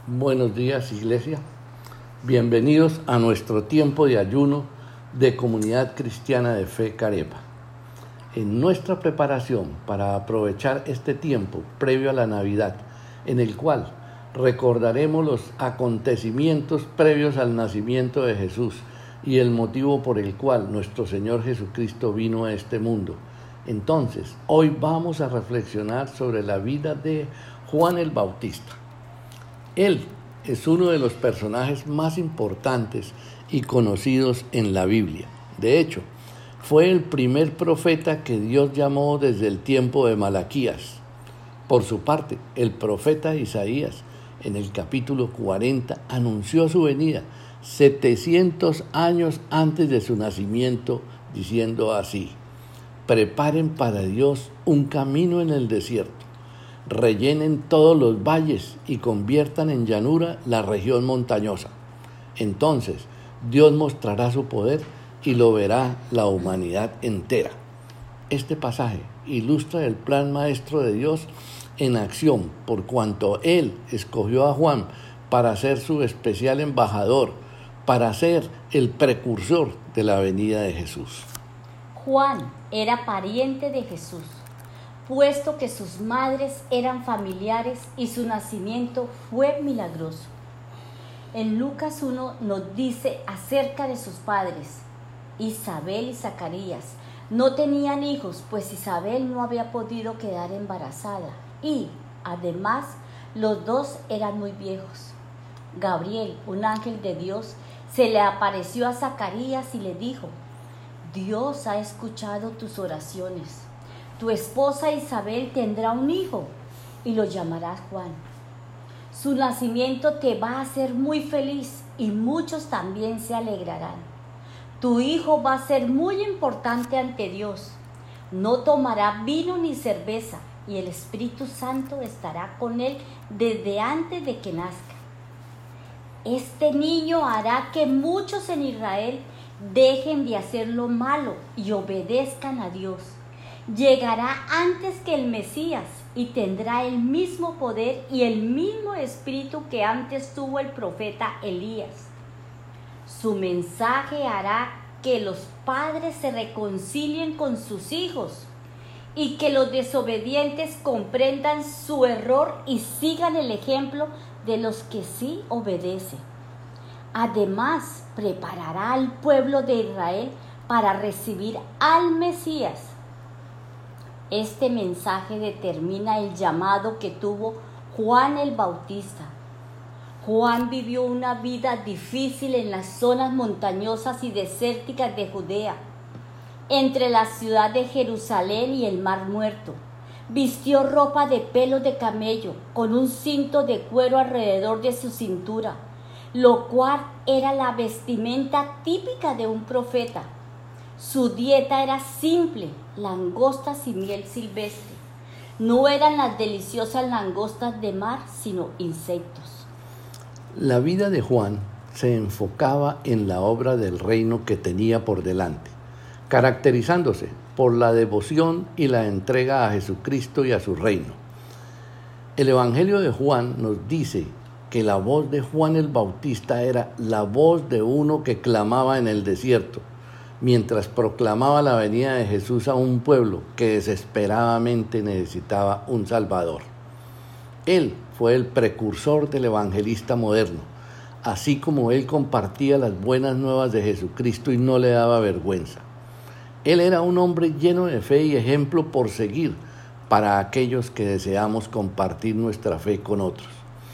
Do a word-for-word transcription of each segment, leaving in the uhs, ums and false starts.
Buenos días, Iglesia. Bienvenidos a nuestro tiempo de ayuno de Comunidad Cristiana de Fe Carepa. En nuestra preparación para aprovechar este tiempo previo a la Navidad, en el cual recordaremos los acontecimientos previos al nacimiento de Jesús y el motivo por el cual nuestro Señor Jesucristo vino a este mundo. Entonces, hoy vamos a reflexionar sobre la vida de Juan el Bautista. Él es uno de los personajes más importantes y conocidos en la Biblia. De hecho, fue el primer profeta que Dios llamó desde el tiempo de Malaquías. Por su parte, el profeta Isaías, en el capítulo cuarenta, anunció su venida setecientos años antes de su nacimiento, diciendo así: preparen para Dios un camino en el desierto. Rellenen todos los valles y conviertan en llanura la región montañosa. Entonces Dios mostrará su poder y lo verá la humanidad entera. Este pasaje ilustra el plan maestro de Dios en acción, por cuanto Él escogió a Juan para ser su especial embajador, para ser el precursor de la venida de Jesús. Juan era pariente de Jesús, puesto que sus madres eran familiares y su nacimiento fue milagroso. En Lucas uno nos dice acerca de sus padres: Isabel y Zacarías no tenían hijos, pues Isabel no había podido quedar embarazada y, además, los dos eran muy viejos. Gabriel, un ángel de Dios, se le apareció a Zacarías y le dijo: Dios ha escuchado tus oraciones. Tu esposa Isabel tendrá un hijo y lo llamarás Juan. Su nacimiento te va a hacer muy feliz y muchos también se alegrarán. Tu hijo va a ser muy importante ante Dios. No tomará vino ni cerveza y el Espíritu Santo estará con él desde antes de que nazca. Este niño hará que muchos en Israel dejen de hacer lo malo y obedezcan a Dios. Llegará antes que el Mesías y tendrá el mismo poder y el mismo espíritu que antes tuvo el profeta Elías. Su mensaje hará que los padres se reconcilien con sus hijos y que los desobedientes comprendan su error y sigan el ejemplo de los que sí obedecen. Además, preparará al pueblo de Israel para recibir al Mesías. Este mensaje determina el llamado que tuvo Juan el Bautista. Juan vivió una vida difícil en las zonas montañosas y desérticas de Judea, entre la ciudad de Jerusalén y el Mar Muerto. Vistió ropa de pelo de camello, con un cinto de cuero alrededor de su cintura, lo cual era la vestimenta típica de un profeta. Su dieta era simple: langostas y miel silvestre. No eran las deliciosas langostas de mar, sino insectos. La vida de Juan se enfocaba en la obra del reino que tenía por delante, caracterizándose por la devoción y la entrega a Jesucristo y a su reino. El Evangelio de Juan nos dice que la voz de Juan el Bautista era la voz de uno que clamaba en el desierto, mientras proclamaba la venida de Jesús a un pueblo que desesperadamente necesitaba un Salvador. Él fue el precursor del evangelista moderno, así como él compartía las buenas nuevas de Jesucristo y no le daba vergüenza. Él era un hombre lleno de fe y ejemplo por seguir para aquellos que deseamos compartir nuestra fe con otros.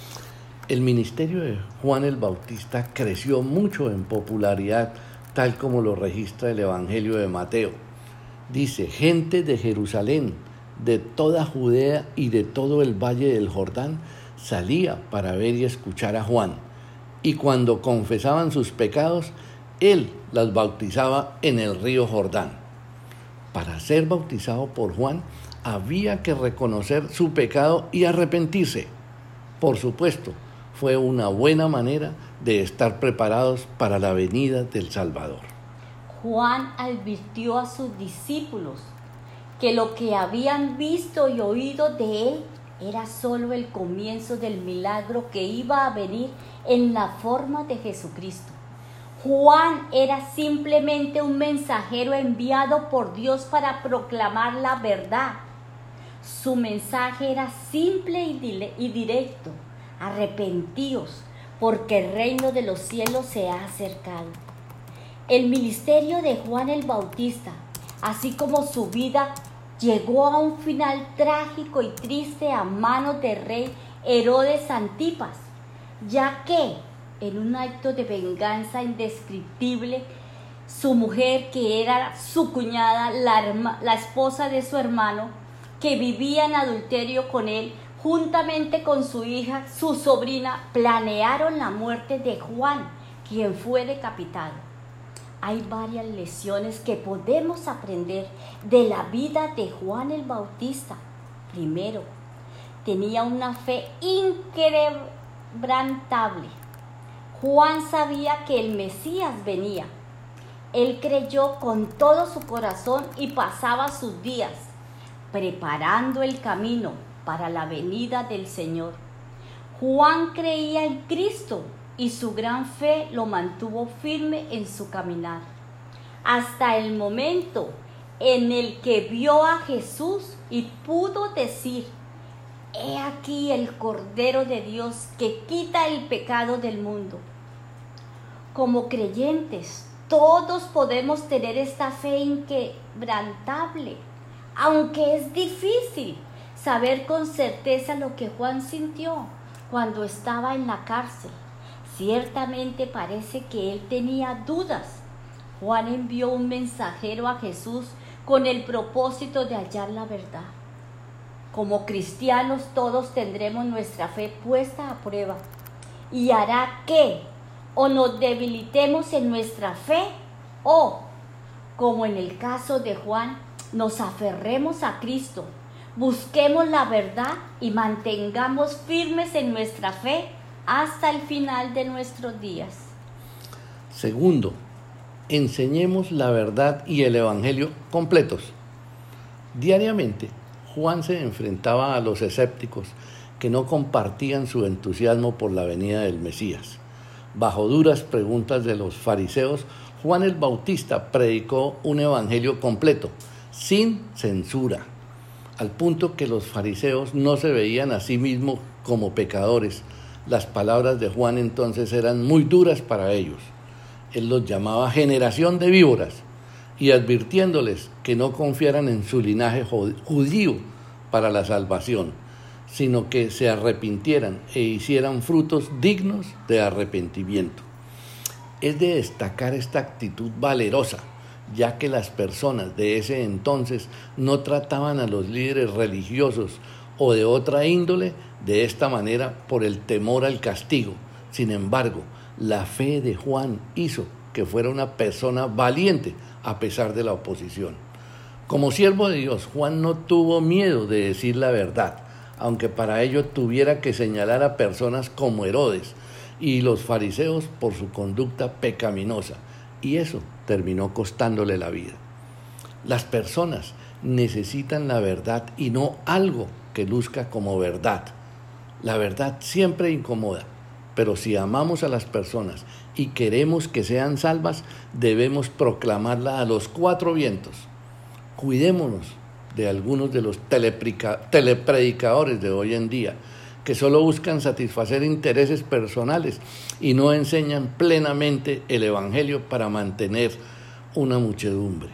El ministerio de Juan el Bautista creció mucho en popularidad, tal como lo registra el Evangelio de Mateo. Dice: gente de Jerusalén, de toda Judea y de todo el valle del Jordán, salía para ver y escuchar a Juan. Y cuando confesaban sus pecados, él las bautizaba en el río Jordán. Para ser bautizado por Juan, había que reconocer su pecado y arrepentirse. Por supuesto, fue una buena manera de estar preparados para la venida del Salvador. Juan advirtió a sus discípulos que lo que habían visto y oído de él era solo el comienzo del milagro que iba a venir en la forma de Jesucristo. Juan era simplemente un mensajero enviado por Dios para proclamar la verdad. Su mensaje era simple y directo: arrepentíos, porque el reino de los cielos se ha acercado. El ministerio de Juan el Bautista, así como su vida, llegó a un final trágico y triste a manos del rey Herodes Antipas, ya que, en un acto de venganza indescriptible, su mujer, que era su cuñada, la, la esposa de su hermano, que vivía en adulterio con él, juntamente con su hija, su sobrina, planearon la muerte de Juan, quien fue decapitado. Hay varias lecciones que podemos aprender de la vida de Juan el Bautista. Primero, tenía una fe inquebrantable. Juan sabía que el Mesías venía. Él creyó con todo su corazón y pasaba sus días preparando el camino para la venida del Señor. Juan creía en Cristo y su gran fe lo mantuvo firme en su caminar, hasta el momento en el que vio a Jesús y pudo decir: «He aquí el Cordero de Dios que quita el pecado del mundo». Como creyentes, todos podemos tener esta fe inquebrantable, aunque es difícil saber con certeza lo que Juan sintió cuando estaba en la cárcel. Ciertamente parece que él tenía dudas. Juan envió un mensajero a Jesús con el propósito de hallar la verdad. Como cristianos, todos tendremos nuestra fe puesta a prueba y hará que o nos debilitemos en nuestra fe o, como en el caso de Juan, nos aferremos a Cristo, busquemos la verdad y mantengamos firmes en nuestra fe hasta el final de nuestros días. Segundo, enseñemos la verdad y el evangelio completos. Diariamente, Juan se enfrentaba a los escépticos que no compartían su entusiasmo por la venida del Mesías. Bajo duras preguntas de los fariseos, Juan el Bautista predicó un evangelio completo, sin censura, al punto que los fariseos no se veían a sí mismos como pecadores. Las palabras de Juan entonces eran muy duras para ellos. Él los llamaba generación de víboras y advirtiéndoles que no confiaran en su linaje judío para la salvación, sino que se arrepintieran e hicieran frutos dignos de arrepentimiento. Es de destacar esta actitud valerosa, ya que las personas de ese entonces no trataban a los líderes religiosos o de otra índole de esta manera por el temor al castigo. Sin embargo, la fe de Juan hizo que fuera una persona valiente a pesar de la oposición. Como siervo de Dios, Juan no tuvo miedo de decir la verdad, aunque para ello tuviera que señalar a personas como Herodes y los fariseos por su conducta pecaminosa, y eso terminó costándole la vida. Las personas necesitan la verdad y no algo que luzca como verdad. La verdad siempre incomoda, pero si amamos a las personas y queremos que sean salvas, debemos proclamarla a los cuatro vientos. Cuidémonos de algunos de los telepredicadores de hoy en día, que solo buscan satisfacer intereses personales y no enseñan plenamente el evangelio para mantener una muchedumbre.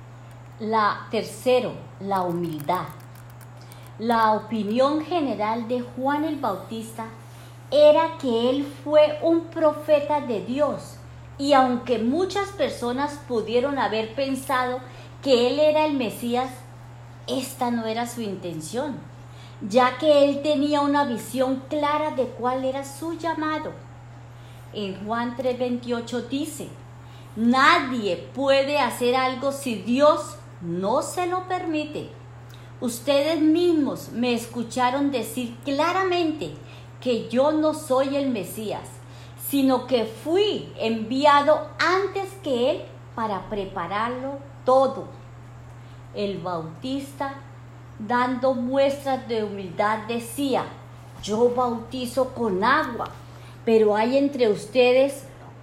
La tercero, la humildad. La opinión general de Juan el Bautista era que él fue un profeta de Dios, y aunque muchas personas pudieron haber pensado que él era el Mesías, esta no era su intención, ya que él tenía una visión clara de cuál era su llamado. En Juan tres veintiocho dice: «Nadie puede hacer algo si Dios no se lo permite». Ustedes mismos me escucharon decir claramente que yo no soy el Mesías, sino que fui enviado antes que él para prepararlo todo. El Bautista dando muestras de humildad, decía: yo bautizo con agua, pero hay entre ustedes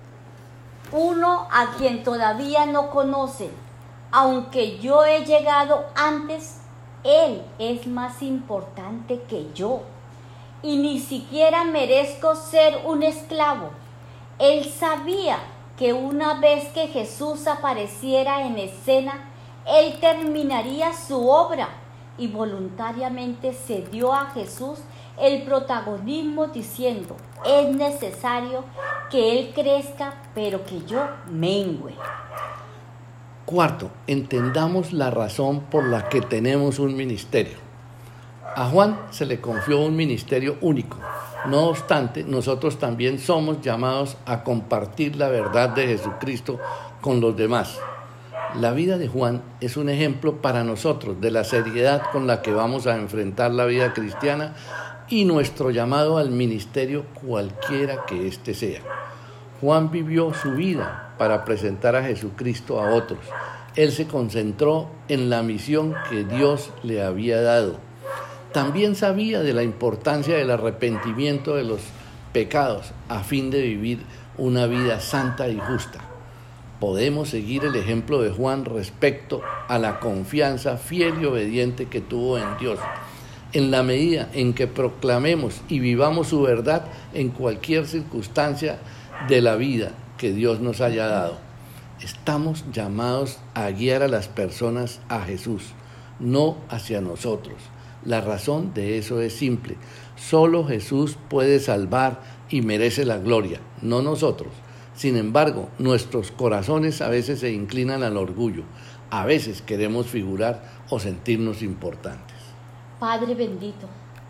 uno a quien todavía no conocen. Aunque yo he llegado antes, él es más importante que yo, y ni siquiera merezco ser un esclavo. Él sabía que una vez que Jesús apareciera en escena, él terminaría su obra, y voluntariamente cedió a Jesús el protagonismo diciendo: es necesario que él crezca, pero que yo mengüe. Cuarto, entendamos la razón por la que tenemos un ministerio. A Juan se le confió un ministerio único. No obstante, nosotros también somos llamados a compartir la verdad de Jesucristo con los demás. La vida de Juan es un ejemplo para nosotros de la seriedad con la que vamos a enfrentar la vida cristiana y nuestro llamado al ministerio, cualquiera que éste sea. Juan vivió su vida para presentar a Jesucristo a otros. Él se concentró en la misión que Dios le había dado. También sabía de la importancia del arrepentimiento de los pecados a fin de vivir una vida santa y justa. Podemos seguir el ejemplo de Juan respecto a la confianza fiel y obediente que tuvo en Dios, en la medida en que proclamemos y vivamos su verdad en cualquier circunstancia de la vida que Dios nos haya dado. Estamos llamados a guiar a las personas a Jesús, no hacia nosotros. La razón de eso es simple: solo Jesús puede salvar y merece la gloria, no nosotros. Sin embargo, nuestros corazones a veces se inclinan al orgullo, a veces queremos figurar o sentirnos importantes. Padre bendito,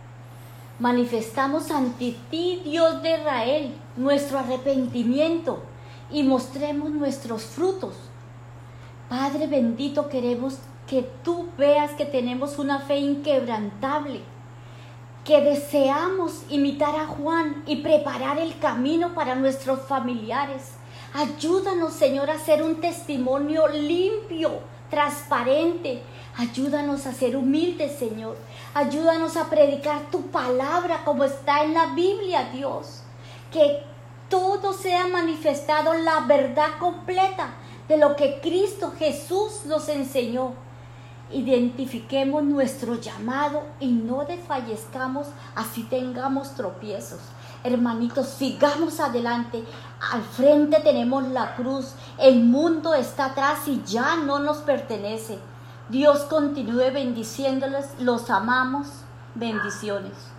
manifestamos ante ti, Dios de Israel, nuestro arrepentimiento y mostremos nuestros frutos. Padre bendito, queremos que tú veas que tenemos una fe inquebrantable, que deseamos imitar a Juan y preparar el camino para nuestros familiares. Ayúdanos, Señor, a ser un testimonio limpio, transparente. Ayúdanos a ser humildes, Señor. Ayúdanos a predicar tu palabra como está en la Biblia, Dios. Que todo sea manifestado, la verdad completa de lo que Cristo Jesús nos enseñó. Identifiquemos nuestro llamado y no desfallezcamos así tengamos tropiezos. Hermanitos, sigamos adelante. Al frente tenemos la cruz. El mundo está atrás y ya no nos pertenece. Dios continúe bendiciéndoles. Los amamos. Bendiciones.